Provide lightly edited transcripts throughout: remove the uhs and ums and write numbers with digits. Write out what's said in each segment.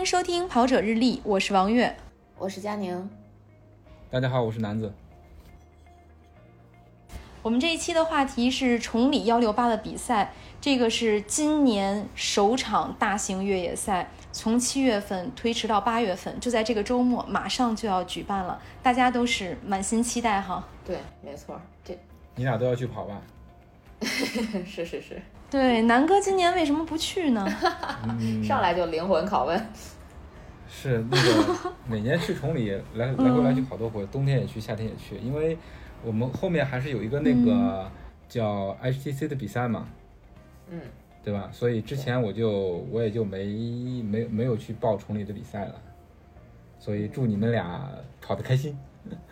迎收听跑者日历，我是王悦， 我是佳宁。 大家好，我是南子。 我们这一期的话题是崇礼168的比赛，这个是今年首场大型越野赛，从7月份推迟到8月份，就在这个周末马上就要举办了，大家都是满心期待哈。 对，没错， 你俩都要去跑吧？ 是。 对，南哥今年为什么不去呢？ 上来就灵魂拷问。 是那个每年去崇礼来回来去好多回，冬天也去，夏天也去，因为我们后面还是有一个那个叫 HTC 的比赛嘛，对吧？所以之前我也就没有去报崇礼的比赛了，所以祝你们俩跑得开心。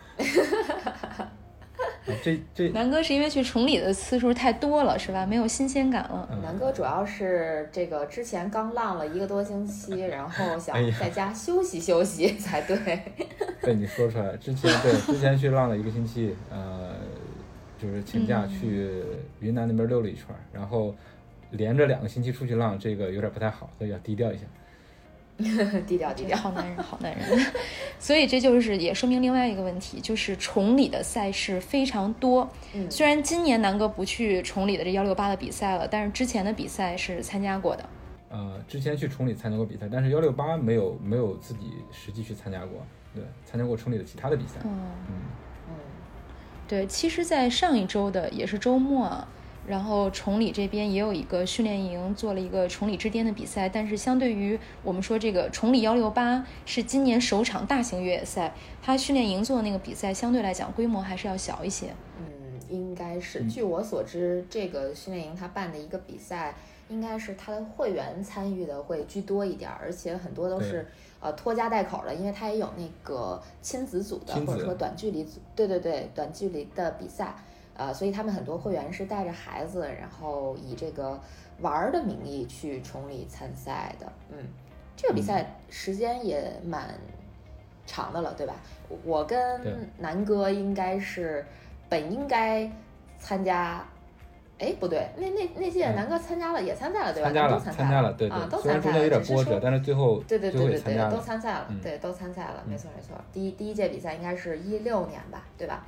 这南哥是因为去崇礼的次数太多了是吧？没有新鲜感了。 南哥主要是这个之前刚浪了1个多星期，然后想在家休息休息才对。 被你说出来，之前去浪了1个星期，就是请假去云南那边溜了一圈，然后连着2个星期出去浪，这个有点不太好，所以要低调一下。 低调， 好男人。所以这就是也说明另外一个问题，就是崇礼的赛事非常多。虽然今年南哥不去崇礼的这168的比赛了，但是之前的比赛是参加过的。 之前去崇礼参加过比赛，但是168没有自己实际去参加过，对，参加过崇礼的其他的比赛。 对，其实在上一周的也是周末啊，然后崇礼这边也有一个训练营，做了一个崇礼之巅的比赛，但是相对于我们说这个崇礼168是今年首场大型越野赛，它训练营做的那个比赛相对来讲规模还是要小一些。 应该是，据我所知，这个训练营它办的一个比赛，应该是它的会员参与的会居多一点，而且很多都是拖家带口的，因为它也有那个亲子组的，或者说短距离组，对，短距离的比赛。所以他们很多会员是带着孩子，然后以这个玩的名义去崇礼参赛的。这个比赛时间也蛮长的了，对吧？我跟南哥应该是本应该参加，不对，那届南哥参加了，也参赛了，对吧？参加了， 对， 都参赛了。 虽然中间有点波折，但是最后对， 参加了， 都参赛了，对，都参赛了，没错。第一届比赛应该是16年吧，对吧？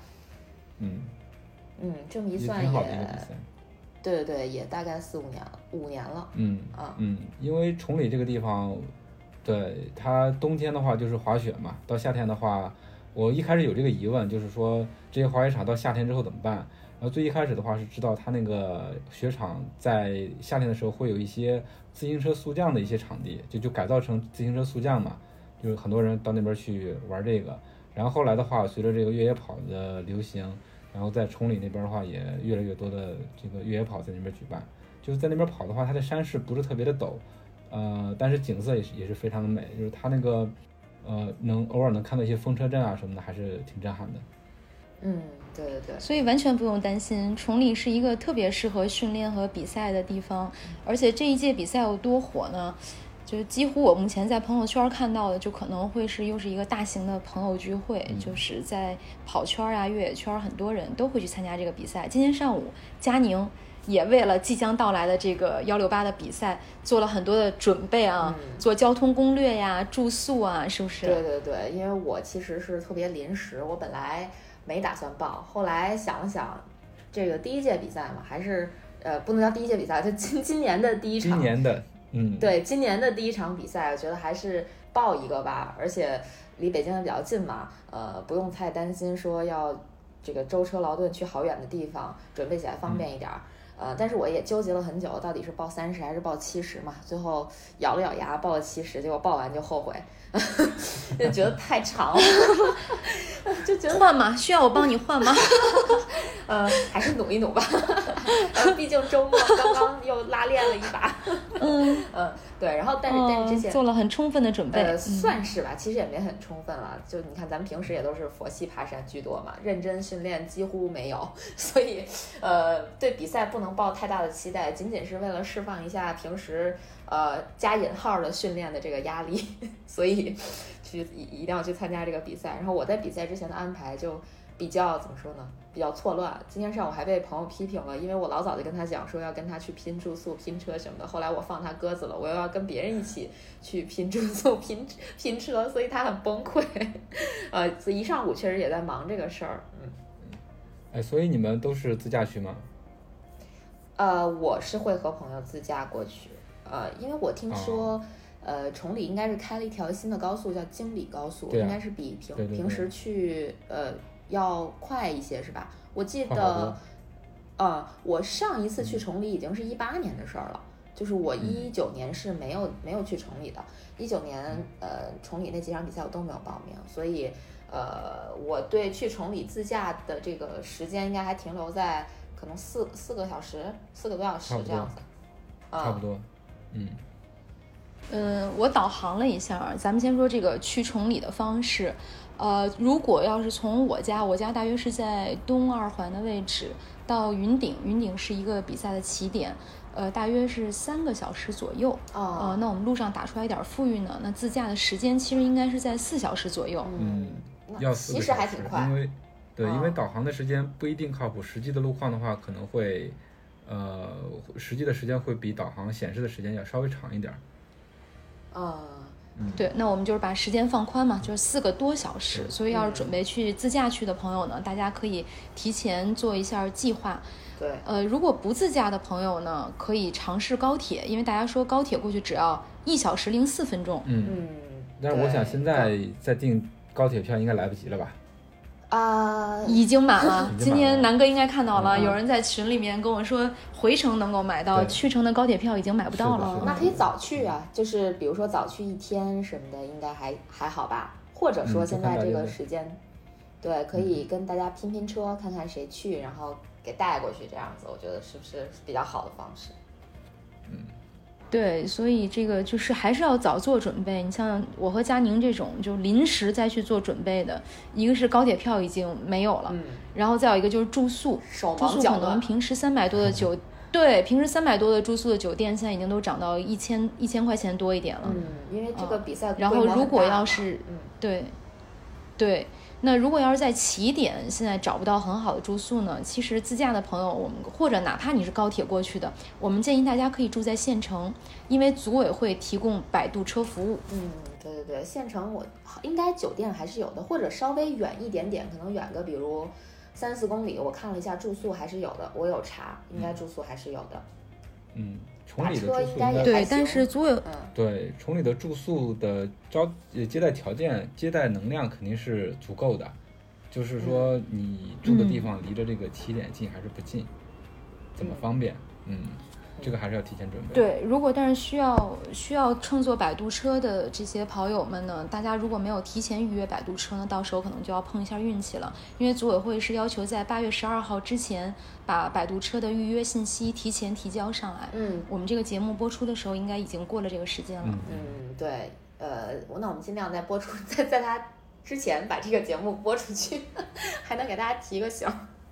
这么一算也，对，也大概4、5年了。 因为崇礼这个地方，对，它冬天的话就是滑雪嘛，到夏天的话，我一开始有这个疑问，就是说这些滑雪场到夏天之后怎么办？然后最一开始的话是知道它那个雪场在夏天的时候会有一些自行车速降的一些场地，就改造成自行车速降嘛，就是很多人到那边去玩这个。然后后来的话，随着这个越野跑的流行，然后在崇礼那边的话，也越来越多的这个越野跑在那边举办。就是在那边跑的话，它的山势不是特别的陡，但是景色也是非常的美，就是它那个偶尔能看到一些风车阵啊什么的，还是挺震撼的。 对， 所以完全不用担心，崇礼是一个特别适合训练和比赛的地方。而且这一届比赛有多火呢？就几乎我目前在朋友圈看到的，就可能会又是一个大型的朋友聚会，就是在跑圈啊、越野圈，很多人都会去参加这个比赛。今天上午，佳宁也为了即将到来的这个168的比赛做了很多的准备啊，做交通攻略呀、住宿啊，是不是？ 对，因为我其实是特别临时，我本来没打算报，后来想了想，这个第一届比赛嘛，还是不能叫第一届比赛，就今年的第一场。对，今年的第一场比赛，我觉得还是报一个吧，而且离北京也比较近嘛，不用太担心说要这个舟车劳顿去好远的地方，准备起来方便一点。但是我也纠结了很久，到底是报30还是报70嘛？最后咬了咬牙报了70，结果报完就后悔，就觉得太长了，就觉得换嘛，需要我帮你换吗？ 还是努一努吧，毕竟周末刚刚又拉练了一把。对，然后但是之前做了很充分的准备， 算是吧，其实也没很充分了。就你看，咱们平时也都是佛系爬山居多嘛，认真训练几乎没有，所以对比赛不能抱太大的期待，仅仅是为了释放一下平时加引号的训练的这个压力，所以一定要去参加这个比赛。然后我在比赛之前的安排就比较怎么说呢？比较错乱。今天上午还被朋友批评了，因为我老早就跟他讲说要跟他去拼住宿、拼车什么的。后来我放他鸽子了，我又要跟别人一起去拼住宿、拼车，所以他很崩溃。所以一上午确实也在忙这个事儿。 哎，所以你们都是自驾去吗？ 我是会和朋友自驾过去。因为我听说，崇礼应该是开了一条新的高速，叫京礼高速，应该是比平时去要快一些，是吧？我记得，我上一次去崇礼已经是18年的事儿了，就是我19年是没有去崇礼的，19年崇礼那几场比赛我都没有报名，所以我对去崇礼自驾的这个时间应该还停留在可能4个小时，4个多小时这样子， 差不多， 我导航了一下，咱们先说这个去崇礼的方式。如果要是从我家大约是在东2环的位置到云顶是一个比赛的起点，大约是3个小时左右。那我们路上打出来一点富裕呢，那自驾的时间其实应该是在4小时左右。 要4个小时， 其实还挺快。 因为导航的时间不一定靠谱，实际的路况的话可能会，实际的时间会比导航显示的时间要稍微长一点。 对，那我们就是把时间放宽嘛，就是4个多小时。所以要是准备去自驾去的朋友呢，大家可以提前做一下计划。 对， 如果不自驾的朋友呢，可以尝试高铁，因为大家说高铁过去只要1小时04分钟。 但是我想现在再订高铁票应该来不及了吧？ 已经满了。今天南哥应该看到了，有人在群里面跟我说回程能够买到，去程的高铁票已经买不到了。 那可以早去啊，就是比如说早去1天什么的，应该还好吧？或者说现在这个时间，对，可以跟大家拼车，看看谁去，然后给带过去，这样子，我觉得是不是比较好的方式？ 对，所以这个就是还是要早做准备。你像我和佳宁这种就临时再去做准备的，一个是高铁票已经没有了，然后再有一个就是住宿可能平时300多的平时300多的住宿的酒店现在已经都涨到1000块钱多一点了。 因为这个比赛然后如果要是对。那如果要是在起点现在找不到很好的住宿呢，其实自驾的朋友，我们或者哪怕你是高铁过去的，我们建议大家可以住在县城，因为组委会提供摆渡车服务。 对，县城我应该酒店还是有的，或者稍微远一点点，可能远个比如3-4公里，我看了一下住宿还是有的，我有查，应该住宿还是有的。 崇礼的住宿应该对，但是对崇礼的住宿的接待条件、接待能量肯定是足够的，就是说你住的地方离着这个起点近还是不近，怎么方便？这个还是要提前准备。 对，如果但是需要乘坐摆渡车的这些跑友们呢，大家如果没有提前预约摆渡车呢，到时候可能就要碰一下运气了，因为组委会是要求在8月12号之前把摆渡车的预约信息提前提交上来。我们这个节目播出的时候应该已经过了这个时间了。 对，那我们尽量在播出在它之前把这个节目播出去，还能给大家提个醒。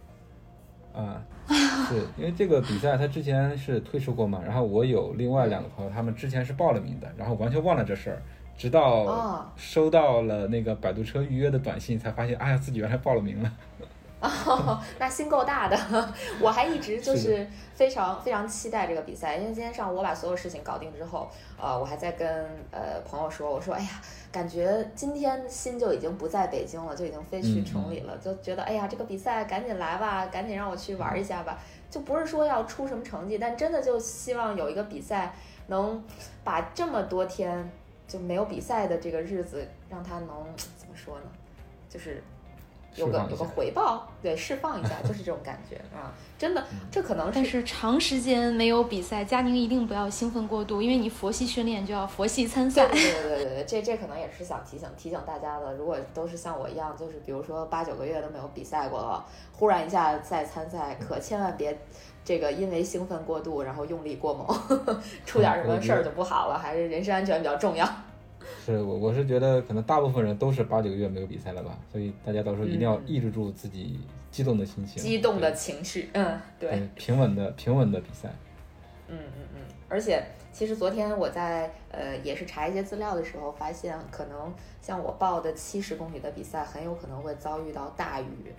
是因为这个比赛他之前是推迟过嘛，然后我有另外2个朋友，他们之前是报了名的，然后完全忘了这事儿，直到收到了那个摆渡车预约的短信，才发现，哎呀，自己原来报了名了。 那心够大的，我还一直就是非常非常期待这个比赛，因为今天上午我把所有事情搞定之后，我还在跟朋友说，我说哎呀，感觉今天心就已经不在北京了，就已经飞去崇礼了，就觉得哎呀，这个比赛赶紧来吧，赶紧让我去玩一下吧，就不是说要出什么成绩，但真的就希望有一个比赛能把这么多天就没有比赛的这个日子，让它能怎么说呢，就是有个回报，对，释放一下，就是这种感觉真的，这可能是。 但是长时间没有比赛，佳宁一定不要兴奋过度，因为你佛系训练就要佛系参赛。 对，这可能也是想提醒大家的。如果都是像我一样，就是比如说8-9个月都没有比赛过了，忽然一下再参赛，可千万别这个因为兴奋过度，然后用力过猛，出点什么事儿就不好了。还是人身安全比较重要。 是我是觉得可能大部分人都是8-9个月没有比赛了吧，所以大家到时候一定要抑制住自己激动的心情， 激动的情绪，对， 平稳的比赛。 而且其实昨天我在也是查一些资料的时候，发现可能像我报的70公里的比赛，很有可能会遭遇到大雨，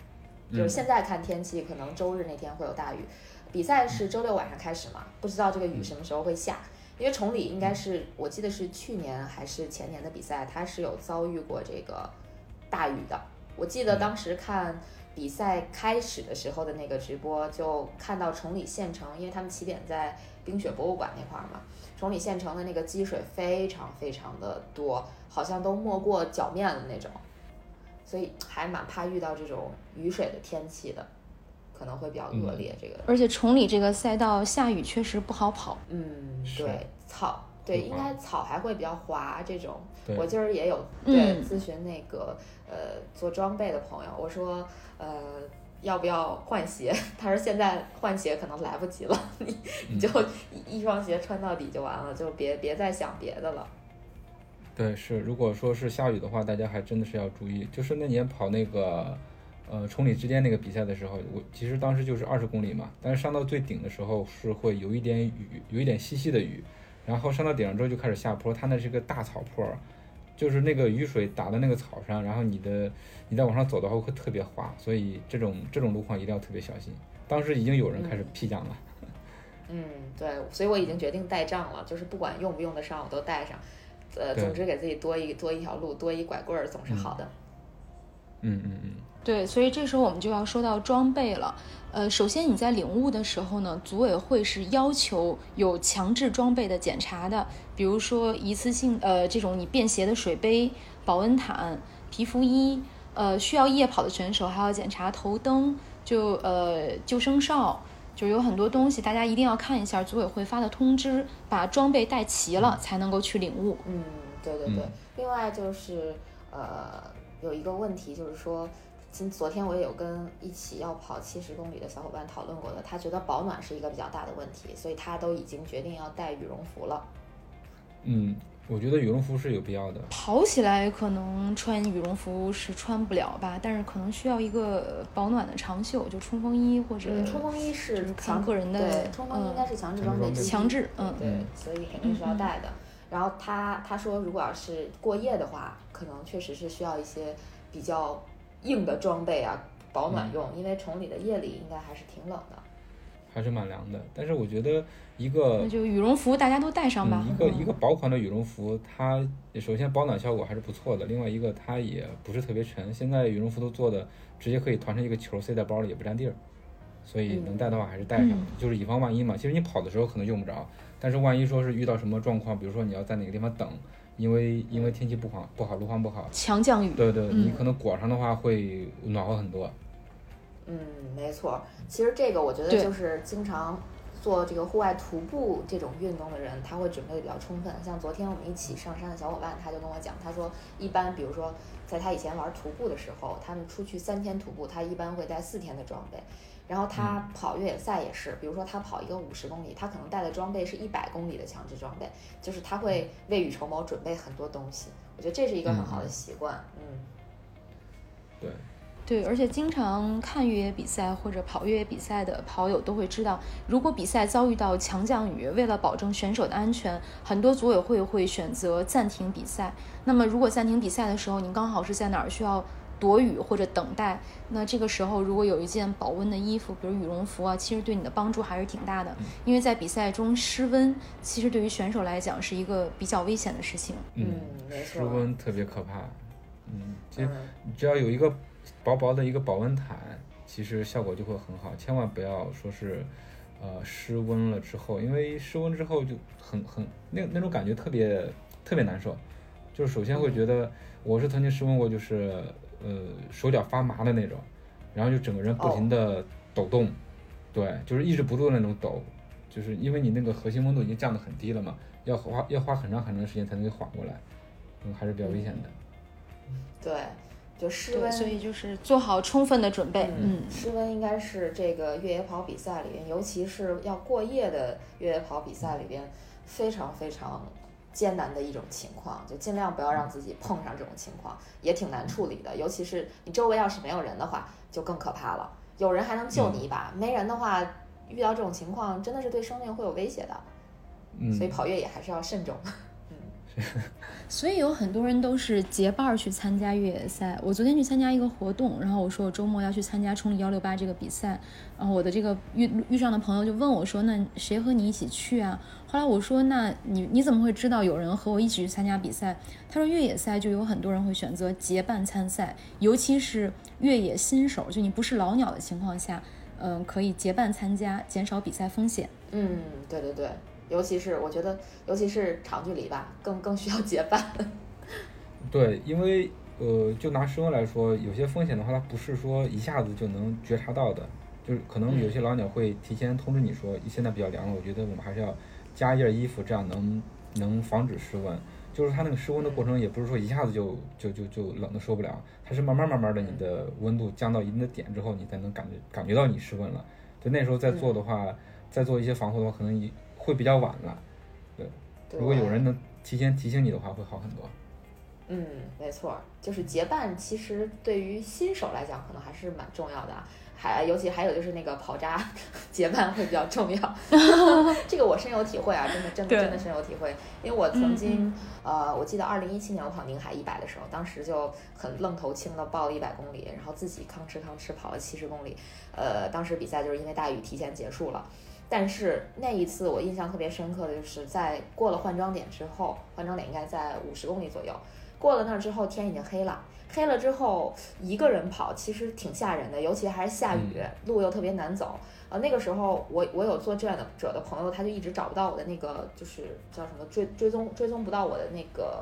就是现在看天气，可能周日那天会有大雨。比赛是周六晚上开始嘛，不知道这个雨什么时候会下。因为崇礼应该是我记得是去年还是前年的比赛，它是有遭遇过这个大雨的。我记得当时看比赛开始的时候的那个直播，就看到崇礼县城，因为他们起点在冰雪博物馆那块嘛，崇礼县城的那个积水非常非常的多，好像都没过脚面的那种，所以还蛮怕遇到这种雨水的天气的，可能会比较恶劣。这个而且崇礼这个赛道下雨确实不好跑。 对，草对，应该草还会比较滑这种。 对， 我今儿也有咨询那个做装备的朋友，我说要不要换鞋？他说现在换鞋可能来不及了，你就一双鞋穿到底就完了，就别再想别的了。 对，是，如果说是下雨的话，大家还真的是要注意。就是那年跑那个崇礼之巅那个比赛的时候，我其实当时就是20公里嘛，但是上到最顶的时候是会有一点雨，有一点细细的雨，然后上到顶上之后就开始下坡，它那是个大草坡，就是那个雨水打到那个草上，然后你再往上走的话会特别滑，所以这种路况一定要特别小心。当时已经有人开始辟障了。 对，所以我已经决定带杖了，就是不管用不用得上我都带上。总之给自己多一条路，多一拐棍儿总是好的。 对，所以这时候我们就要说到装备了。首先你在领悟的时候呢，组委会是要求有强制装备的检查的，比如说一次性这种你便携的水杯、保温毯、皮肤衣，需要夜跑的选手还要检查头灯，救生哨，就有很多东西大家一定要看一下组委会发的通知，把装备带齐了才能够去领悟。 对。另外就是有一个问题就是说，昨天我也有跟一起要跑70公里的小伙伴讨论过的，他觉得保暖是一个比较大的问题，所以他都已经决定要带羽绒服了。 我觉得羽绒服是有必要的。 跑起来可能穿羽绒服是穿不了吧，但是可能需要一个保暖的长袖，就冲锋衣或者。 冲锋衣是看个人的。 对，冲锋衣应该是强制装备。 强制， 对，所以肯定是要带的。然后他说，如果要是过夜的话，可能确实是需要一些比较硬的装备啊，保暖用，因为崇礼的夜里应该还是挺冷的， 还是蛮凉的。但是我觉得那就羽绒服大家都带上吧。 一个薄款的羽绒服，它首先保暖效果还是不错的，另外一个它也不是特别沉。现在羽绒服都做的直接可以团成一个球，塞在包里也不占地儿，所以能带的话还是带上，就是以防万一嘛。其实你跑的时候可能用不着，但是万一说是遇到什么状况，比如说你要在哪个地方等，因为天气不好，路况不好， 强降雨， 对，你可能裹上的话会暖和很多。 没错。其实这个我觉得就是经常做这个户外徒步这种运动的人，他会准备的比较充分。像昨天我们一起上山的小伙伴，他就跟我讲，他说一般比如说在他以前玩徒步的时候，他们出去3天徒步，他一般会带4天的装备。然后他跑越野赛也是，比如说他跑一个50公里，他可能带的装备是100公里的强制装备，就是他会未雨绸缪，准备很多东西。我觉得这是一个很好的习惯。 对，而且经常看越野比赛或者跑越野比赛的跑友都会知道，如果比赛遭遇到强降雨，为了保证选手的安全，很多组委会会选择暂停比赛。那么如果暂停比赛的时候，您刚好是在哪儿需要躲雨或者等待，那这个时候如果有一件保温的衣服，比如羽绒服啊，其实对你的帮助还是挺大的。因为在比赛中失温，其实对于选手来讲是一个比较危险的事情。 没错， 失温特别可怕。其实只要有一个薄薄的一个保温毯，其实效果就会很好。千万不要说是失温了之后，因为失温之后就很那种感觉特别难受。就是首先会觉得，我是曾经失温过，就是手脚发麻的那种，然后就整个人不停的抖动，对，就是抑制不住那种抖，就是因为你那个核心温度已经降得很低了嘛，要花很长时间才能给缓过来，还是比较危险的。 对，就失温， 所以就是做好充分的准备。 失温应该是这个越野跑比赛里边，尤其是要过夜的越野跑比赛里边，非常非常艰难的一种情况，就尽量不要让自己碰上这种情况，也挺难处理的。尤其是你周围要是没有人的话，就更可怕了。有人还能救你一把，没人的话，遇到这种情况真的是对生命会有威胁的。所以跑越野还是要慎重。 所以有很多人都是结伴去参加越野赛。我昨天去参加一个活动，然后我说我周末要去参加崇礼168这个比赛，然后我的这个遇上的朋友就问我说，那谁和你一起去啊？后来我说，那你怎么会知道有人和我一起去参加比赛？他说越野赛就有很多人会选择结伴参赛，尤其是越野新手，就你不是老鸟的情况下，可以结伴参加，减少比赛风险。 对对对，尤其是我觉得，尤其是长距离吧，更需要结伴。 对，因为就拿室温来说，有些风险的话，它不是说一下子就能觉察到的，就是可能有些老鸟会提前通知你说，现在比较凉了，我觉得我们还是要加一件衣服，这样能防止失温。就是它那个失温的过程，也不是说一下子就冷的受不了，它是慢慢的，你的温度降到一定的点之后，你才能感觉到你失温了。就那时候再做的话，再做一些防护的话，可能会比较晚了。对，如果有人能提前提醒你的话，会好很多。 没错，就是结伴，其实对于新手来讲，可能还是蛮重要的啊。尤其还有就是那个跑渣结伴会比较重要，这个我深有体会啊，真的深有体会。因为我曾经我记得2017年我跑宁海100的时候，当时就很愣头青的报了100公里，然后自己吭哧跑了70公里。当时比赛就是因为大雨提前结束了。但是那一次我印象特别深刻的就是在过了换装点之后，换装点应该在50公里左右，过了那儿之后天已经黑了之后一个人跑其实挺吓人的，尤其还是下雨，路又特别难走。那个时候我有做志愿者的朋友，他就一直找不到我的那个就是叫什么追踪不到我的那个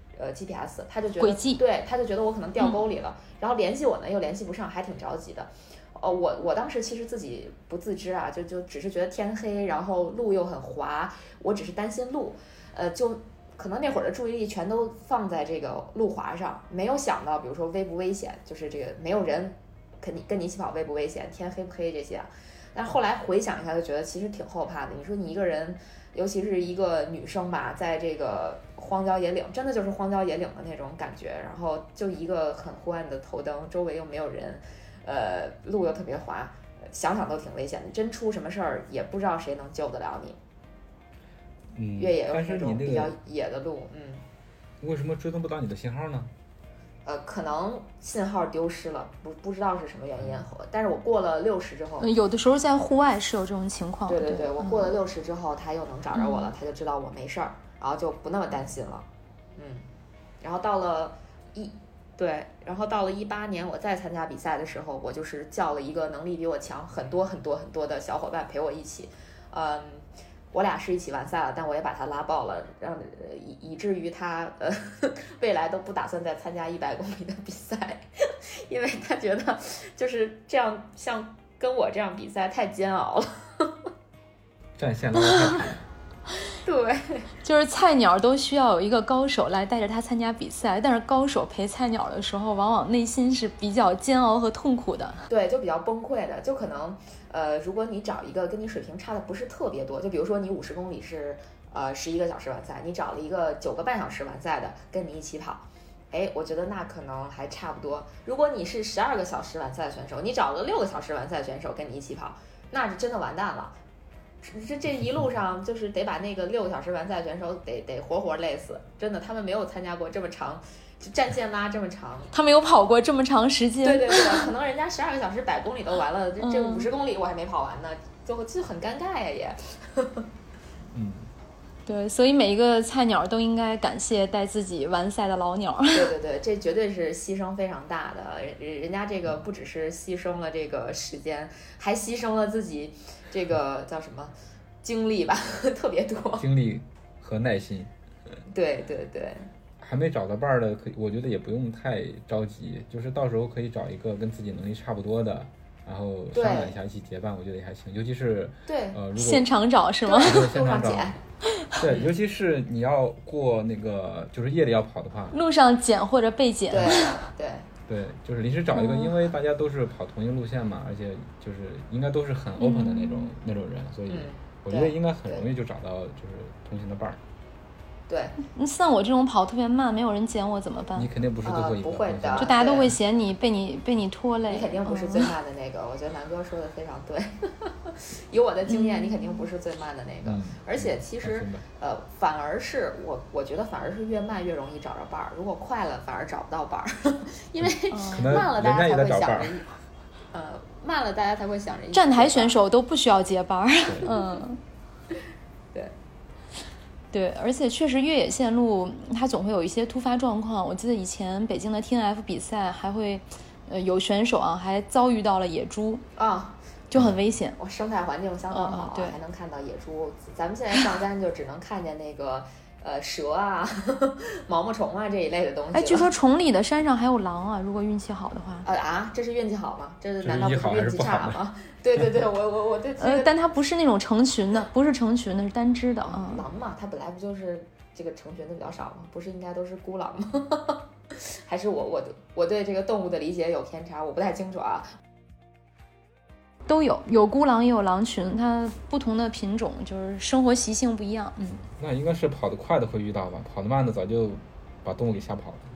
GPS， 他就觉得轨迹， 对，他就觉得我可能掉沟里了，然后联系我呢又联系不上，还挺着急的。我当时其实自己不自知啊，就只是觉得天黑，然后路又很滑，我只是担心路，就可能那会儿的注意力全都放在这个路滑上，没有想到比如说危不危险，就是这个没有人跟你一起跑危不危险，天黑不黑这些。但后来回想一下，就觉得其实挺后怕的。你说你一个人，尤其是一个女生吧，在这个荒郊野岭，真的就是荒郊野岭的那种感觉，然后就一个很昏暗的头灯，周围又没有人，路又特别滑，想想都挺危险的。真出什么事儿，也不知道谁能救得了你。越野又是那种比较野的路， 为什么追踪不到你的信号呢？ 可能信号丢失了，不知道是什么原因。但是我过了60之后， 有的时候在户外是有这种情况。 对，我过了60之后，他又能找着我了，他就知道我没事儿，然后就不那么担心了。然后到了18年我再参加比赛的时候，我就是叫了一个能力比我强很多的小伙伴陪我一起，我俩是一起完赛了，但我也把他拉爆了，以至于他未来都不打算再参加100公里的比赛，因为他觉得就是这样，像跟我这样比赛太煎熬了， 战线拉得太长。 对， 就是菜鸟都需要有一个高手来带着他参加比赛，但是高手陪菜鸟的时候，往往内心是比较煎熬和痛苦的。 对，就比较崩溃的，就可能如果你找一个跟你水平差的不是特别多，就比如说你50公里是11个小时完赛，你找了一个9个半小时完赛的跟你一起跑，我觉得那可能还差不多。如果你是12个小时完赛的选手，你找了6个小时完赛的选手跟你一起跑，那是真的完蛋了。这一路上就是得把那个6个小时完赛选手得活累死，真的，他们没有参加过这么长，战线拉这么长， 他没有跑过这么长时间。 对，可能人家12个小时100公里都完了，这50公里我还没跑完呢，就很尴尬呀也。 对，所以每一个菜鸟都应该感谢带自己完赛的老鸟。 对，这绝对是牺牲非常大的，人家这个不只是牺牲了这个时间，还牺牲了自己这个叫什么精力吧，特别多。 精力和耐心。 对。 还没找到伴儿的，我觉得也不用太着急，就是到时候可以找一个跟自己能力差不多的，然后商量一下一起结伴，我觉得也还行。尤其是如果现场找是吗？ 对，现场找。对，尤其是你要过那个就是夜里要跑的话， 路上捡或者被捡。 对， 就是临时找一个，因为大家都是跑同一个路线嘛，而且就是应该都是很 open 的那种人，所以我觉得应该很容易就找到就是同行的伴儿。 对， 像我这种跑特别慢，没有人捡我怎么办？ 你肯定不是最后一个， 不会的， 就大家都会嫌你被你拖累。 你肯定不是最慢的那个，我觉得南哥说的非常对。以我的经验，你肯定不是最慢的那个。而且其实反而是我觉得反而是越慢越容易找着伴儿，如果快了反而找不到伴儿，因为慢了大家才会想着慢了大家才会想着站台选手都不需要接班儿。对，而且确实越野线路它总会有一些突发状况。我记得以前北京的 TNF 比赛还会，有选手还遭遇到了野猪就很危险。 生态环境相当好， 对， 还能看到野猪。咱们现在上山就只能看见那个蛇啊、毛毛虫啊这一类的东西。 据说崇礼的山上还有狼啊，如果运气好的话。这是运气好吗？这难道不是运气差吗？对，我对。 但它不是那种成群的，不是成群的，是单只的狼嘛，它本来不就是这个成群的比较少吗？不是应该都是孤狼吗？还是我对这个动物的理解有偏差，我不太清楚啊。 都有孤狼也有狼群，它不同的品种就是生活习性不一样。 那应该是跑得快的会遇到吧，跑得慢的早就把动物给吓跑了。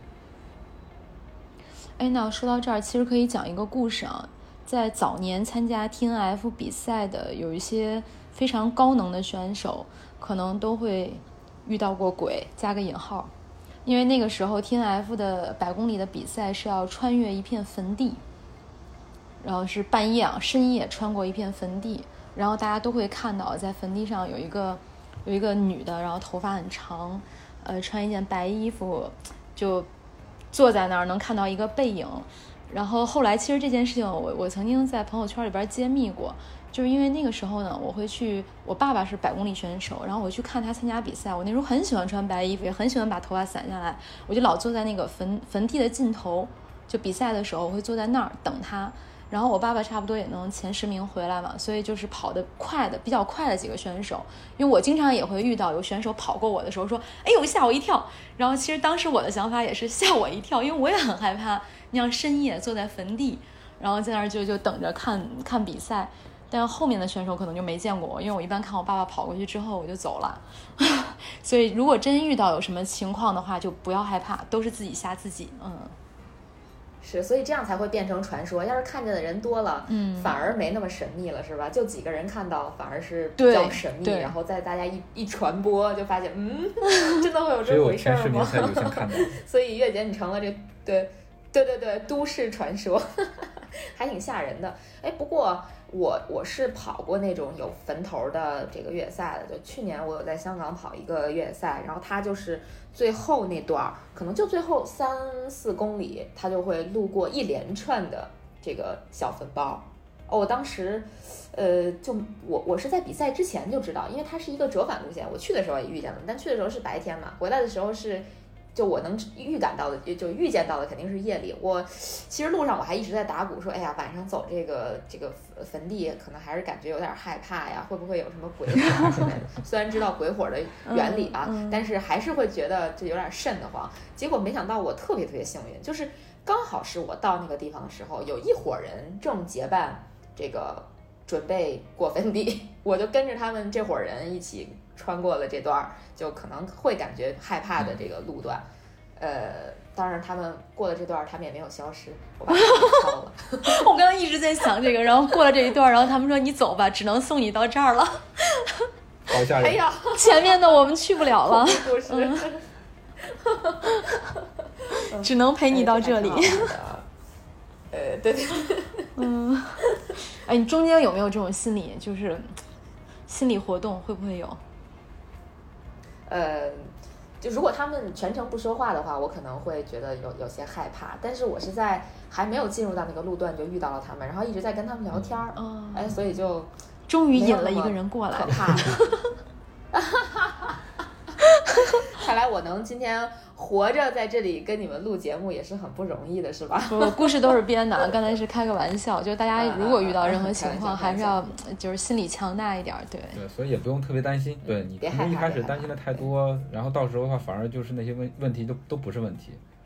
那说到这儿，其实可以讲一个故事啊。在早年参加 TNF 比赛的有一些非常高能的选手，可能都会遇到过鬼，加个引号。因为那个时候 TNF 的100公里的比赛是要穿越一片坟地，然后是半夜深夜穿过一片坟地，然后大家都会看到在坟地上有一个女的，然后头发很长，穿一件白衣服，就坐在那儿，能看到一个背影。然后后来其实这件事情我曾经在朋友圈里边揭秘过，就是因为那个时候呢，我爸爸是100公里选手，然后我去看他参加比赛，我那时候很喜欢穿白衣服，也很喜欢把头发散下来，我就老坐在那个坟地的尽头，就比赛的时候我会坐在那儿等他。然后我爸爸差不多也能前10名回来嘛，所以就是跑得比较快的几个选手，因为我经常也会遇到有选手跑过我的时候说，哎呦吓我一跳，然后其实当时我的想法也是吓我一跳，因为我也很害怕那样深夜坐在坟地，然后在那儿就等着看比赛。但后面的选手可能就没见过我，因为我一般看我爸爸跑过去之后我就走了。所以如果真遇到有什么情况的话，就不要害怕，都是自己吓自己。 是，所以这样才会变成传说。要是看见的人多了，反而没那么神秘了，是吧？就几个人看到，反而是比较神秘。然后在大家一传播，就发现，真的会有这回事吗？ 只有前10名才有幸看到。 所以月姐，你成了这对，都市传说，还挺吓人的。不过我是跑过那种有坟头的这个越野赛的，就去年我有在香港跑一个越野赛，然后它就是最后那段可能就最后3-4公里，它就会路过一连串的这个小坟包。我当时我是在比赛之前就知道，因为它是一个折返路线，我去的时候也遇见了，但去的时候是白天嘛，回来的时候是就我能预感到的，就预见到的肯定是夜里。我其实路上我还一直在打鼓说，哎呀，晚上走这个坟地，可能还是感觉有点害怕呀，会不会有什么鬼火啊？现在虽然知道鬼火的原理啊，但是还是会觉得这有点瘆得慌。结果没想到我特别幸运，就是刚好是我到那个地方的时候，有一伙人正结伴这个准备过坟地，我就跟着他们这伙人一起穿过了这段就可能会感觉害怕的这个路段。当然他们过了这段，他们也没有消失，我把他们抄了。 我刚刚一直在想这个，然后过了这一段，然后他们说你走吧，只能送你到这儿了。 好吓人！ 哎呀， 前面的我们去不了了，只能陪你到这里。 对。 你中间有没有这种心理活动？会不会有？ 就如果他们全程不说话的话，我可能会觉得有些害怕。但是我是在还没有进入到那个路段就遇到了他们，然后一直在跟他们聊天所以就终于引了一个人过来， 可怕。看来我能今天活着在这里跟你们录节目也是很不容易的，是吧？ 故事都是编的，刚才是开个玩笑，就大家如果遇到任何情况，还是要就是心理强大一点，对， 所以也不用特别担心。对，你一开始担心的太多，然后到时候的话，反而就是那些问题都不是问题。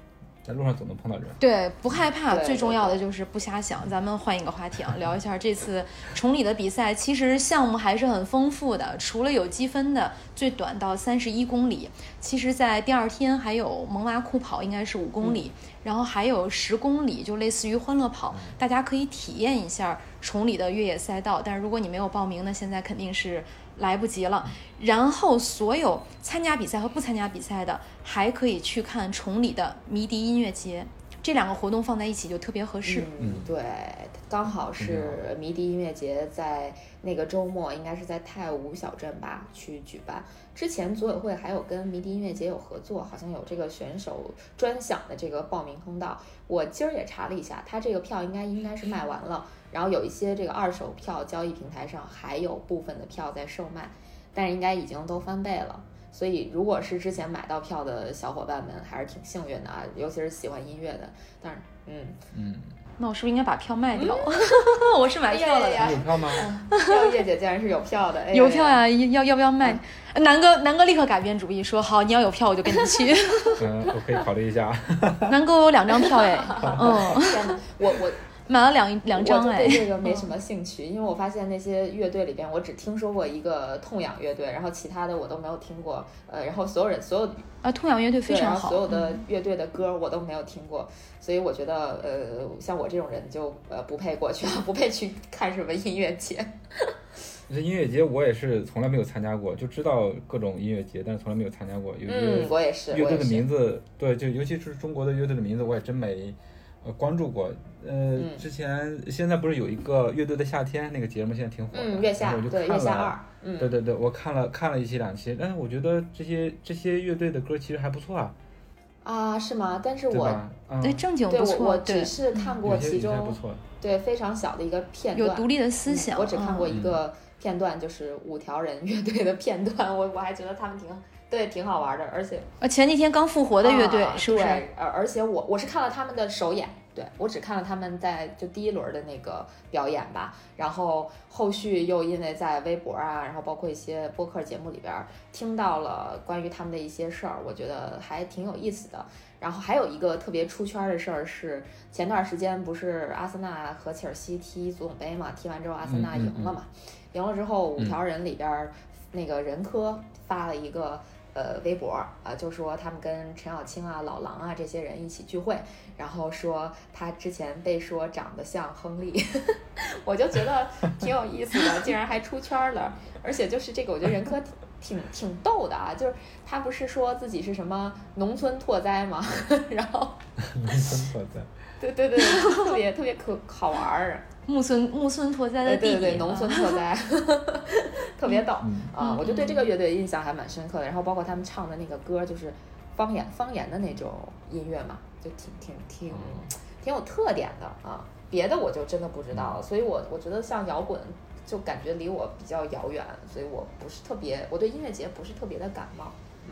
在路上总能碰到人。 对，不害怕， 对最重要的就是不瞎想。咱们换一个话题啊，聊一下这次崇礼的比赛。其实项目还是很丰富的，除了有积分的，最短到31公里。其实，在第二天还有萌娃酷跑，应该是5公里，然后还有10公里，就类似于欢乐跑，大家可以体验一下崇礼的越野赛道。但是如果你没有报名呢，现在肯定是来不及了。然后所有参加比赛和不参加比赛的，还可以去看崇礼的迷笛音乐节。这2个活动放在一起就特别合适。 对，刚好是迷笛音乐节在那个周末，应该是在太武小镇吧去举办。之前组委会还有跟迷笛音乐节有合作，好像有这个选手专享的这个报名通道。我今儿也查了一下，它这个票应该是卖完了，然后有一些这个二手票交易平台上还有部分的票在售卖，但是应该已经都翻倍了。所以如果是之前买到票的小伙伴们还是挺幸运的啊，尤其是喜欢音乐的。但是那我是不是应该把票卖掉？我是买票了的。 有票吗？ 叶姐竟然是有票的。 有票呀，要不要卖？南哥立刻改变主意说好，你要有票我就跟你去。 我可以考虑一下。 南哥有2张票哎。 天哪，我买了两张哎。 我对这个没什么兴趣，因为我发现那些乐队里边，我只听说过一个痛仰乐队，然后其他的我都没有听过。然后所有痛仰乐队非常好， 所有的乐队的歌我都没有听过，所以我觉得像我这种人就不配过去，不配去看什么音乐节。 这音乐节我也是从来没有参加过，就知道各种音乐节，但是从来没有参加过。有些我也是。 乐队的名字，对，就尤其是中国的乐队的名字，我也真没关注过。现在不是有一个乐队的夏天那个节目，现在挺火的。 月下，对，月下2。 对，我看了1期2期，但是我觉得这些乐队的歌其实还不错啊。 啊，是吗？但是我正经不错， 我只是看过其中对非常小的一个片段， 有独立的思想。 我只看过一个片段，就是5条人乐队的片段，我还觉得他们挺好玩的，而且前几天刚复活的乐队是不是？ 对，而且我是看了他们的首演。对，我只看了他们在就第1轮的那个表演吧，然后后续又因为在微博啊，然后包括一些播客节目里边听到了关于他们的一些事儿，我觉得还挺有意思的。然后还有一个特别出圈的事儿是，前段时间不是阿森纳和切尔西踢足总杯嘛，踢完之后阿森纳赢了嘛，赢了之后5条人里边那个任科发了一个微博就说他们跟陈小青啊、老狼啊这些人一起聚会，然后说他之前被说长得像亨利，我就觉得挺有意思的，竟然还出圈了。而且就是这个，我觉得任科挺逗的啊，就是他不是说自己是什么农村拓哉嘛，然后农村拓哉， 对，特别好玩儿。 木村拓哉的弟弟， 对，农村拓哉，特别逗我就对这个乐队印象还蛮深刻的。然后包括他们唱的那个歌，就是方言的那种音乐嘛，就挺有特点的啊。别的我就真的不知道，所以我觉得像摇滚就感觉离我比较遥远，所以我不是特别，我对音乐节不是特别的感冒。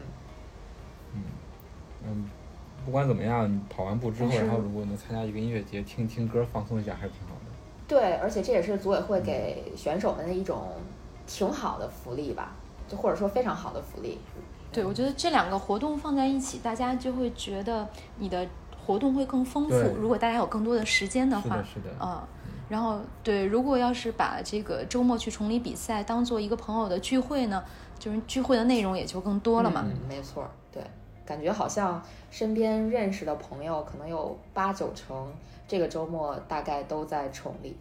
不管怎么样，你跑完步之后，然后如果能参加一个音乐节，听听歌放松一下，还是挺好的。 对，而且这也是组委会给选手们的一种挺好的福利吧，就或者说非常好的福利。 对，我觉得这2个活动放在一起，大家就会觉得你的活动会更丰富。如果大家有更多的时间的话， 是的。 然后对，如果要是把这个周末去崇礼比赛当做一个朋友的聚会呢，就是聚会的内容也就更多了嘛。 没错，对，感觉好像身边认识的朋友可能有8-9成这个周末大概都在崇礼。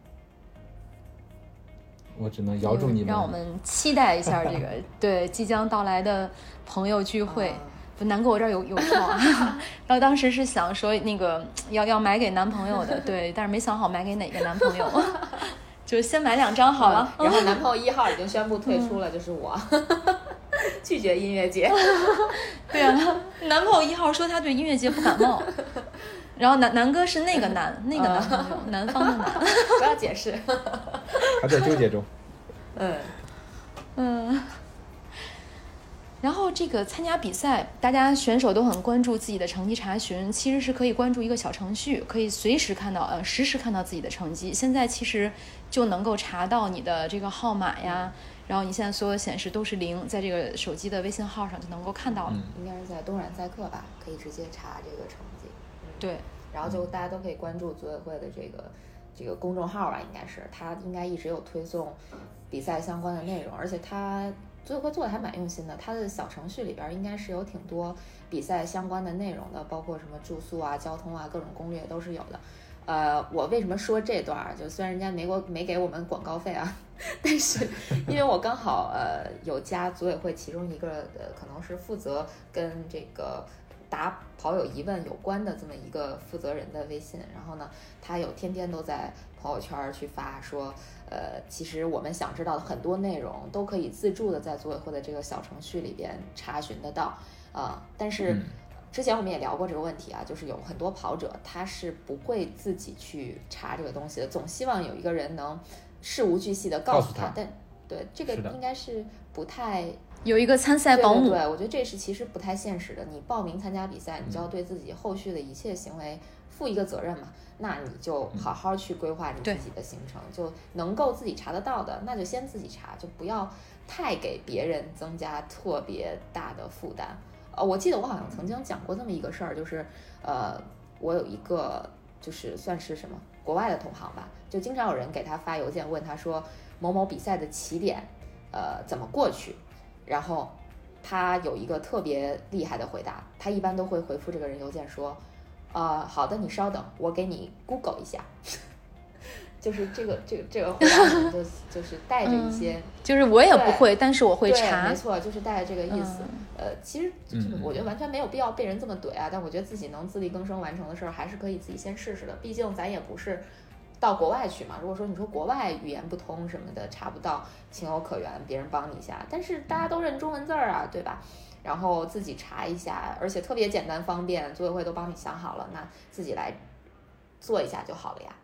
我只能遥祝你们， 让我们期待一下这个对即将到来的朋友聚会。南哥，我这儿有票啊，然后当时是想说那个要买给男朋友的，对，但是没想好买给哪个男朋友，就先买2张好了。 然后男朋友1号已经宣布退出了，就是我拒绝音乐节。 对啊，男朋友1号说他对音乐节不感冒，然后南哥是那个男朋友，南方的男， 不要解释， 还在纠结中。 然后这个参加比赛，大家选手都很关注自己的成绩查询，其实是可以关注一个小程序，可以随时看到实时看到自己的成绩。现在其实就能够查到你的这个号码呀，然后你现在所有显示都是0，在这个手机的微信号上就能够看到了。 应该是在东软赛课吧，可以直接查这个成绩。 对， 然后就大家都可以关注组委会的这个公众号吧，应该是他应该一直有推送比赛相关的内容，而且他组委会做的还蛮用心的，他的小程序里边应该是有挺多比赛相关的内容的，包括什么住宿啊、交通啊，各种攻略都是有的。我为什么说这段？就虽然人家没给我们广告费啊，但是因为我刚好有加组委会其中一个可能是负责跟这个答跑友疑问有关的这么一个负责人的微信，然后呢，他有天天都在朋友圈去发说，其实我们想知道的很多内容都可以自助的在组委会的这个小程序里边查询得到但是之前我们也聊过这个问题啊，就是有很多跑者他是不会自己去查这个东西的，总希望有一个人能事无巨细的告诉他，但对这个应该是不太有一个参赛保姆。 对，我觉得这是其实不太现实的。你报名参加比赛，你就要对自己后续的一切行为负一个责任嘛，那你就好好去规划你自己的行程，就能够自己查得到的，那就先自己查，就不要太给别人增加特别大的负担。我记得我好像曾经讲过这么一个事儿，就是我有一个就是算是什么国外的同行吧，就经常有人给他发邮件问他说某某比赛的起点怎么过去，然后他有一个特别厉害的回答，他一般都会回复这个人邮件说好的，你稍等，我给你 Google 一下。就是这个回答就是带着一些就是我也不会，但是我会查。 对，没错，就是带着这个意思。其实我觉得完全没有必要被人这么怼啊，但我觉得自己能自力更生完成的事儿，还是可以自己先试试的。毕竟咱也不是到国外去嘛。如果说你说国外语言不通什么的查不到，情有可原，别人帮你一下。但是大家都认中文字儿啊，对吧？然后自己查一下，而且特别简单方便，组委会都帮你想好了，那自己来做一下就好了呀。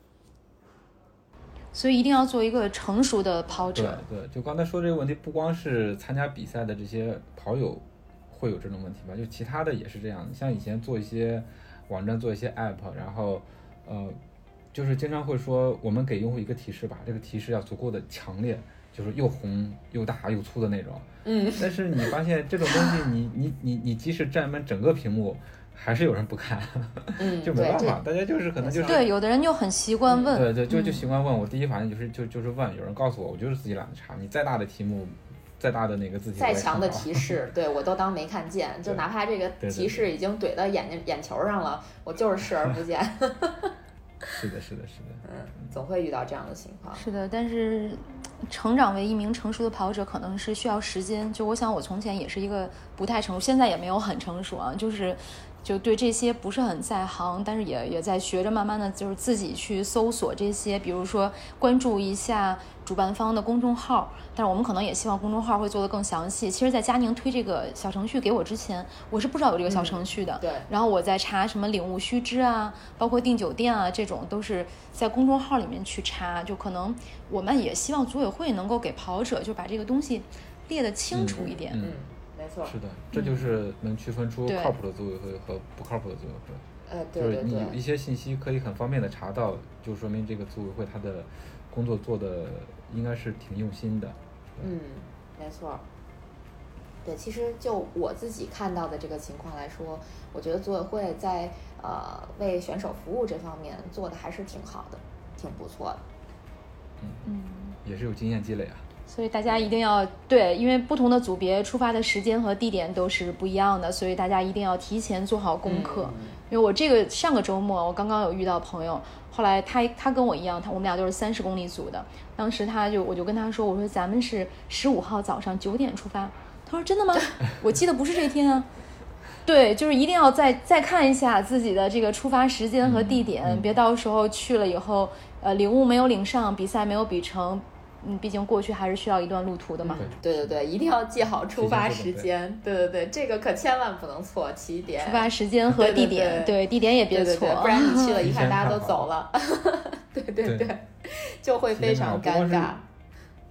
所以一定要做一个成熟的跑者。 对，就刚才说这个问题，不光是参加比赛的这些跑友会有这种问题吧，就其他的也是这样。像以前做一些网站，做一些 app， 然后就是经常会说我们给用户一个提示吧，这个提示要足够的强烈，就是又红又大又粗的那种。但是你发现这种东西，你即使占满整个屏幕，还是有人不看，就没办法，大家就是可能就是对，有的人就很习惯问， 对，就习惯问。我第一反应就是问，有人告诉我，我就是自己懒得查。你再大的题目，再大的那个字体， 再强的提示，对我都当没看见，就哪怕这个提示已经怼到眼球上了，我就是视而不见。 是的， 总会遇到这样的情况。 是的，但是成长为一名成熟的跑者，可能是需要时间。就我想，我从前也是一个不太成熟，现在也没有很成熟啊，就对这些不是很在行，但是也在学着，慢慢的就是自己去搜索这些，比如说关注一下主办方的公众号，但是我们可能也希望公众号会做得更详细。其实在佳宁推这个小程序给我之前，我是不知道有这个小程序的， 对。 然后我在查什么领悟须知啊，包括订酒店啊，这种都是在公众号里面去查。就可能我们也希望组委会能够给跑者就把这个东西列得清楚一点。 没错， 是的，这就是能区分出靠谱的组委会和不靠谱的组委会。就是你有一些信息可以很方便的查到，就说明这个组委会他的工作做的应该是挺用心的。 没错。对，其实就我自己看到的这个情况来说，我觉得组委会在为选手服务这方面做的还是挺好的，挺不错的。 也是有经验积累啊。 所以大家一定要对，因为不同的组别出发的时间和地点都是不一样的，所以大家一定要提前做好功课。因为我这个上个周末我刚刚有遇到朋友，后来他跟我一样，我们俩都是30公里组的。当时我就跟他说，我说咱们是15号早上9点出发。他说真的吗？我记得不是这天啊。对，就是一定要再看一下自己的这个出发时间和地点，别到时候去了以后，领悟没有领上，比赛没有比成。毕竟过去还是需要一段路途的嘛。 对，一定要记好出发时间。对，这个可千万不能错。起点、 出发时间和地点，对地点也别错， 不然你去了一看大家都走了。对，就会非常尴尬。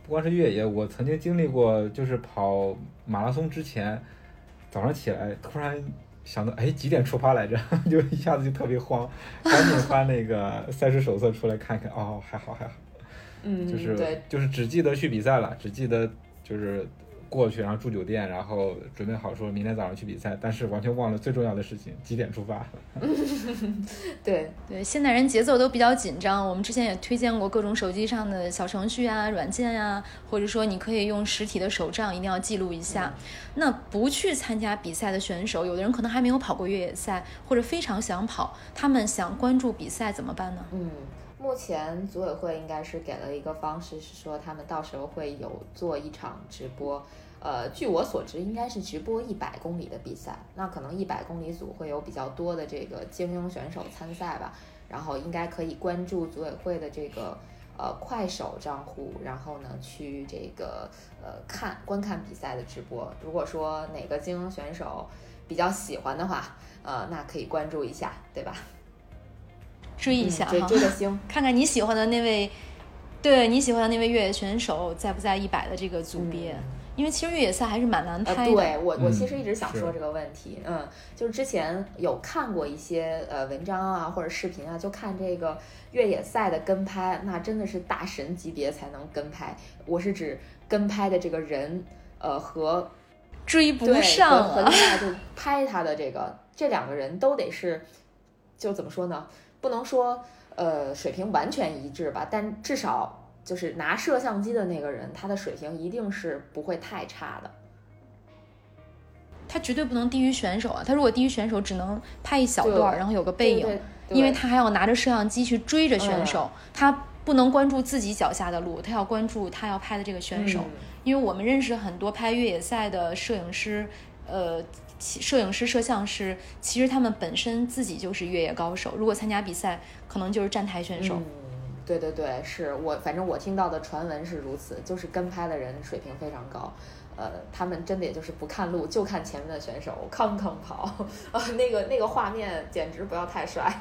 不光是越野，我曾经经历过，就是跑马拉松之前，早上起来突然想到，哎，几点出发来着？就一下子就特别慌，赶紧翻那个赛事手册出来看看。哦，还好。就是只记得去比赛了，只记得就是过去，然后住酒店，然后准备好说明天早上去比赛，但是完全忘了最重要的事情，几点出发。 对， 现代人节奏都比较紧张，我们之前也推荐过各种手机上的小程序啊、软件啊，或者说你可以用实体的手账，一定要记录一下。那不去参加比赛的选手，有的人可能还没有跑过越野赛，或者非常想跑，他们想关注比赛怎么办呢？ 目前组委会应该是给了一个方式，是说他们到时候会有做一场直播，据我所知应该是直播100公里的比赛，那可能100公里组会有比较多的这个精英选手参赛吧，然后应该可以关注组委会的这个快手账户，然后呢去这个观看比赛的直播，如果说哪个精英选手比较喜欢的话，那可以关注一下，对吧？ 追一下哈， 追个星， 看看你喜欢的那位，对你喜欢的那位越野选手在不在100的这个组别。因为其实越野赛还是蛮难拍的。 对，我其实一直想说这个问题，就是之前有看过一些文章啊或者视频啊，就看这个越野赛的跟拍，那真的是大神级别才能跟拍。我是指跟拍的这个人，和追不上和另外就拍他的这两个人都得是，就怎么说呢？不能说水平完全一致吧，但至少就是拿摄像机的那个人，他的水平一定是不会太差的。 他绝对不能低于选手啊！他如果低于选手，只能拍一小段，然后有个背影， 对， 因为他还要拿着摄像机去追着选手，他不能关注自己脚下的路，他要关注他要拍的这个选手。因为我们认识很多拍越野赛的摄影师，摄像师，其实他们本身自己就是越野高手，如果参加比赛，可能就是站台选手。 对，是反正我听到的传闻是如此，就是跟拍的人水平非常高，他们真的也就是不看路，就看前面的选手康跑，那个画面简直不要太帅。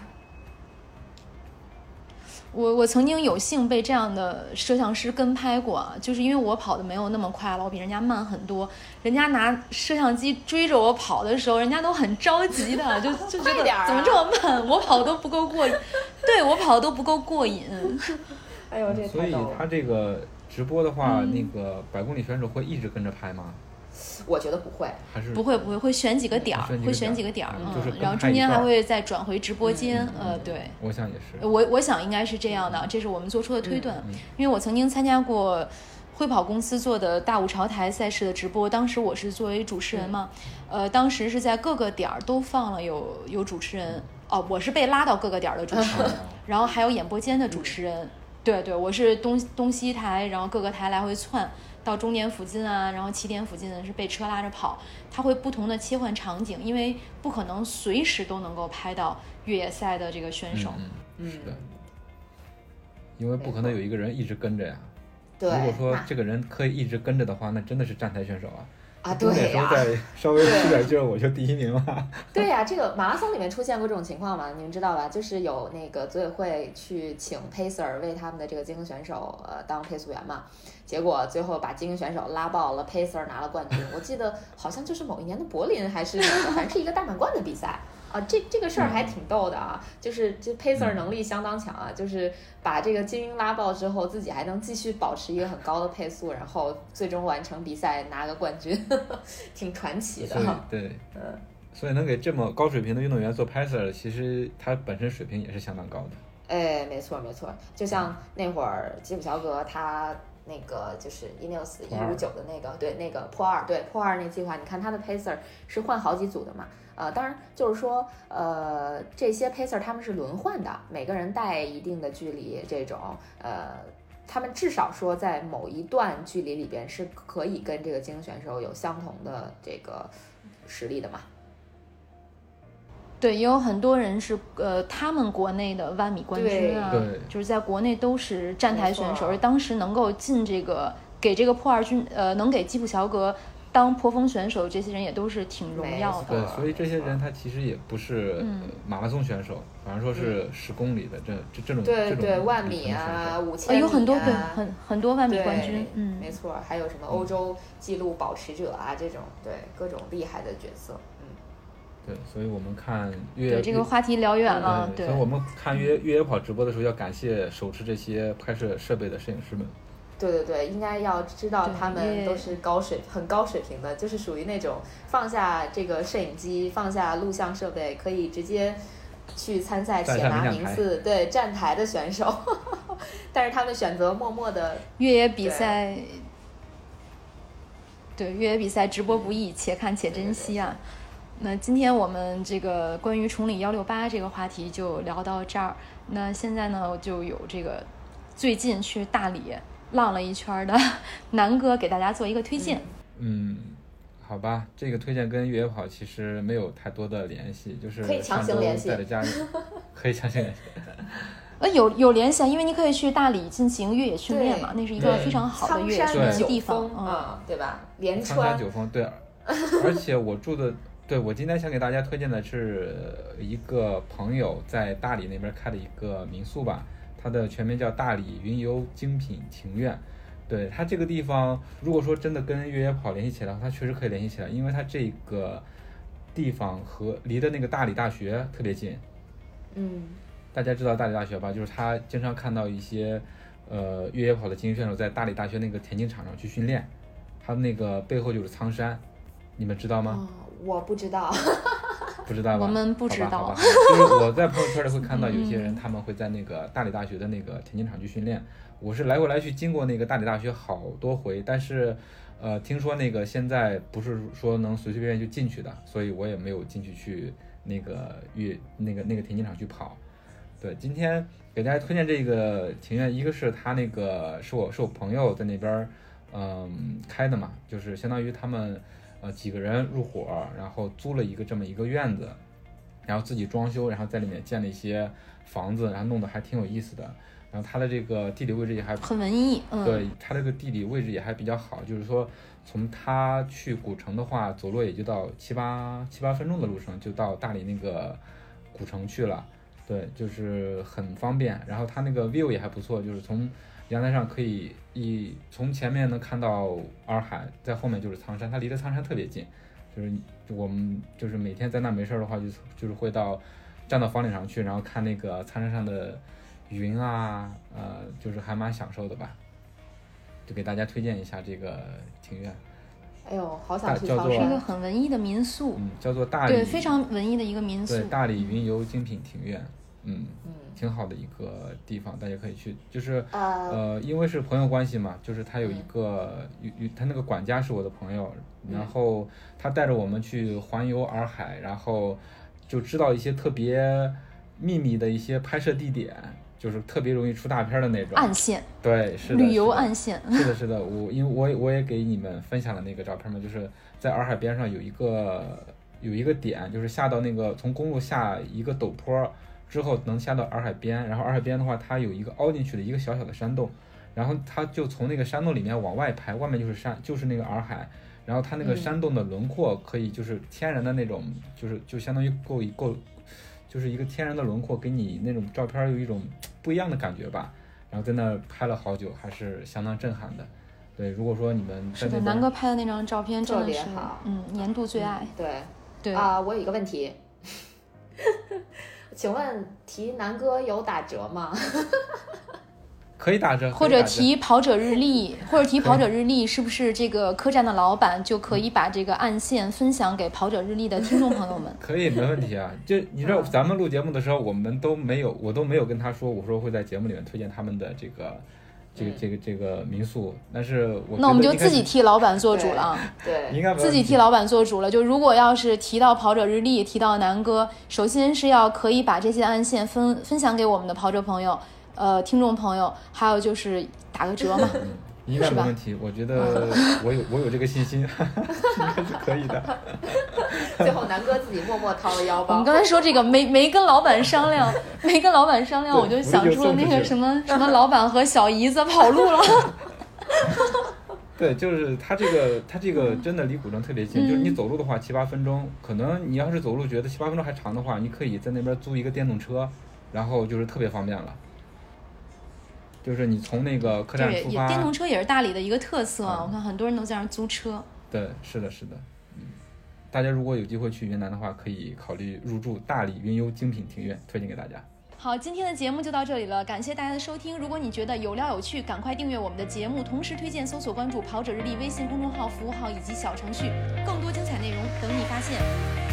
我曾经有幸被这样的摄像师跟拍过，就是因为我跑的没有那么快了，我比人家慢很多，人家拿摄像机追着我跑的时候，人家都很着急的，就觉得怎么这么慢，我跑都不够过瘾，对，我跑都不够过瘾。 哎呦，这所以他这个直播的话，那个100公里选手会一直跟着拍吗？ 我觉得不会， 还是不会，会选几个点儿， 就是然后中间还会再转回直播间，对， 我想也是， 我想应该是这样的，这是我们做出的推断，因为我曾经参加过辉跑公司做的大五朝台赛事的直播，当时我是作为主持人嘛，当时是在各个点儿都放了有主持人，我是被拉到各个点儿的主持人，然后还有演播间的主持人，对，我是东西台，然后各个台来回窜。到终点附近啊，然后起点附近是被车拉着跑，它会不同的切换场景，因为不可能随时都能够拍到越野赛的这个选手。 是的，因为不可能有一个人一直跟着呀。 对， 如果说这个人可以一直跟着的话，那真的是站台选手啊。 对呀， 再稍微出点劲儿，我就第1名了。 对呀，这个马拉松里面出现过这种情况吗？你们知道吧？就是有那个组委会去请 pacer 为他们的这个精英选手当配速员嘛，结果最后把精英选手拉爆了 ，pacer 拿了冠军。我记得好像就是某一年的柏林还是哪个，反正是一个大满贯的比赛。这个事儿还挺逗的啊，就是这 pacer 能力相当强啊，就是把这个精英拉爆之后，自己还能继续保持一个很高的配速，然后最终完成比赛拿个冠军，挺传奇的。 对，所以能给这么高水平的运动员做 pacer， 其实他本身水平也是相当高的。 哎，没错，就像那会儿吉普乔格他那个就是 Ineos 159的那个，对，那个破2那计划，你看他的 pacer 是换好几组的嘛。当然就是说，这些 pacer 他们是轮换的，每个人带一定的距离，这种，他们至少说在某一段距离里边是可以跟这个精英选手有相同的这个实力的嘛。 对，也有很多人是他们国内的10000米冠军啊，就是在国内都是站台选手，而当时能够进这个给这个破2军，能给基普乔格当坡峰选手，这些人也都是挺荣耀的。 对，所以这些人他其实也不是马拉松选手，反而说是10公里的这种对万米啊，5000米啊， 有很多很多万米冠军， 没错，还有什么欧洲纪录保持者啊这种，对各种厉害的角色， 对，所以我们看对这个话题聊远了，对， 所以我们看越野跑直播的时候，要感谢手持这些拍摄设备的摄影师们。 对，应该要知道他们都是很高水平的，就是属于那种放下这个摄影机，放下录像设备，可以直接去参赛且拿名次，对站台的选手。但是他们选择默默的越野比赛，对越野比赛直播不易，且看且珍惜啊。那今天我们这个关于崇礼168这个话题就聊到这儿。那现在呢，就有这个最近去大理浪了一圈的南哥给大家做一个推荐。 好吧，这个推荐跟越野跑其实没有太多的联系，就是可以强行联系， 带着家人可以强行联系。 有联系啊，因为你可以去大理进行越野训练嘛，那是一个非常好的越野训练地方对吧？连川苍山九峰，对，而且我住的。对，我今天想给大家推荐的是一个朋友在大理那边开的一个民宿吧，它的全名叫大理云游精品庭院。对，它这个地方如果说真的跟越野跑联系起来，它确实可以联系起来，因为它这个地方离的那个大理大学特别近。大家知道大理大学吧？就是他经常看到一些越野跑的精英选手在大理大学那个田径场上去训练，他那个背后就是苍山，你们知道吗？ 我不知道。 不知道吧？ 我们不知道。 就是我在朋友圈里会看到有些人他们会在那个大理大学的那个田径场去训练。我是来回来去经过那个大理大学好多回，但是听说那个现在不是说能随随便便就进去的，所以我也没有进去那个那个田径场去跑。对，今天给大家推荐这个庭院，一个是他那个是我朋友在那边开的嘛，就是相当于他们几个人入伙，然后租了这么一个院子，然后自己装修，然后在里面建了一些房子，然后弄得还挺有意思的。然后它的这个地理位置也还很文艺， 对，它这个地理位置也还比较好，就是说从它去古城的话，走路也就到七八分钟的路程就到大理那个古城去了。对，就是很方便。然后它那个 view 也还不错，就是从阳台上可以从前面能看到洱海，在后面就是苍山，它离着苍山特别近。就是我们就是每天在那没事的话，就是会站到房顶上去，然后看那个苍山上的云啊，就是还蛮享受的吧。就给大家推荐一下这个庭院。 哎呦，好想去苍山！ 是一个很文艺的民宿， 叫做大理， 对，非常文艺的一个民宿。 对，大理云游精品庭院，挺好的一个地方，大家可以去。就是因为是朋友关系嘛，就是他有一个他那个管家是我的朋友，然后他带着我们去环游洱海，然后就知道一些特别秘密的一些拍摄地点。就是特别容易出大片的那种暗线， 对，是的， 旅游暗线， 是的，因为我也给你们分享了那个照片嘛，就是在洱海边上有一个点，就是下到那个从公路下一个陡坡之后能下到洱海边，然后洱海边的话，它有一个凹进去的一个小小的山洞，然后它就从那个山洞里面往外拍，外面就是山，就是那个洱海，然后它那个山洞的轮廓可以就是天然的那种，就相当于够。就是一个天然的轮廓，给你那种照片有一种不一样的感觉吧。然后在那拍了好久，还是相当震撼的。对，如果说你们是的，南哥拍的那张照片真的是年度最爱。 对我有一个问题，请问提南哥有打折吗？ 可以打折， 或者提跑者日历，是不是这个客栈的老板就可以把这个暗线分享给跑者日历的听众朋友们？ 可以，没问题啊。就你知道，咱们录节目的时候，我都没有跟他说，我说会在节目里面推荐他们的这个民宿，但是那我们就自己替老板做主了。 对， 应该自己替老板做主了。就如果要是提到跑者日历，提到南哥，首先是要可以把这些暗线分享给我们的跑者朋友。听众朋友，还有就是打个折嘛， 应该没问题。我觉得我有这个信心，应该是可以的。 最后南哥自己默默掏了腰包。 我们刚才说这个没跟老板商量，我就想出了那个什么老板和小姨子跑路了。 对，就是它这个真的离古镇特别近，就是你走路的话7-8分钟，可能你要是走路觉得7-8分钟还长的话，你可以在那边租一个电动车，然后就是特别方便了。就是你从那个客栈出发， 电动车也是大理的一个特色，我看很多人都在那儿租车。 对，是的，大家如果有机会去云南的话，可以考虑入住大理云游精品庭院，推荐给大家。 好，今天的节目就到这里了，感谢大家的收听。如果你觉得有料有趣，赶快订阅我们的节目，同时推荐搜索关注跑者日历微信公众号、服务号以及小程序，更多精彩内容等你发现。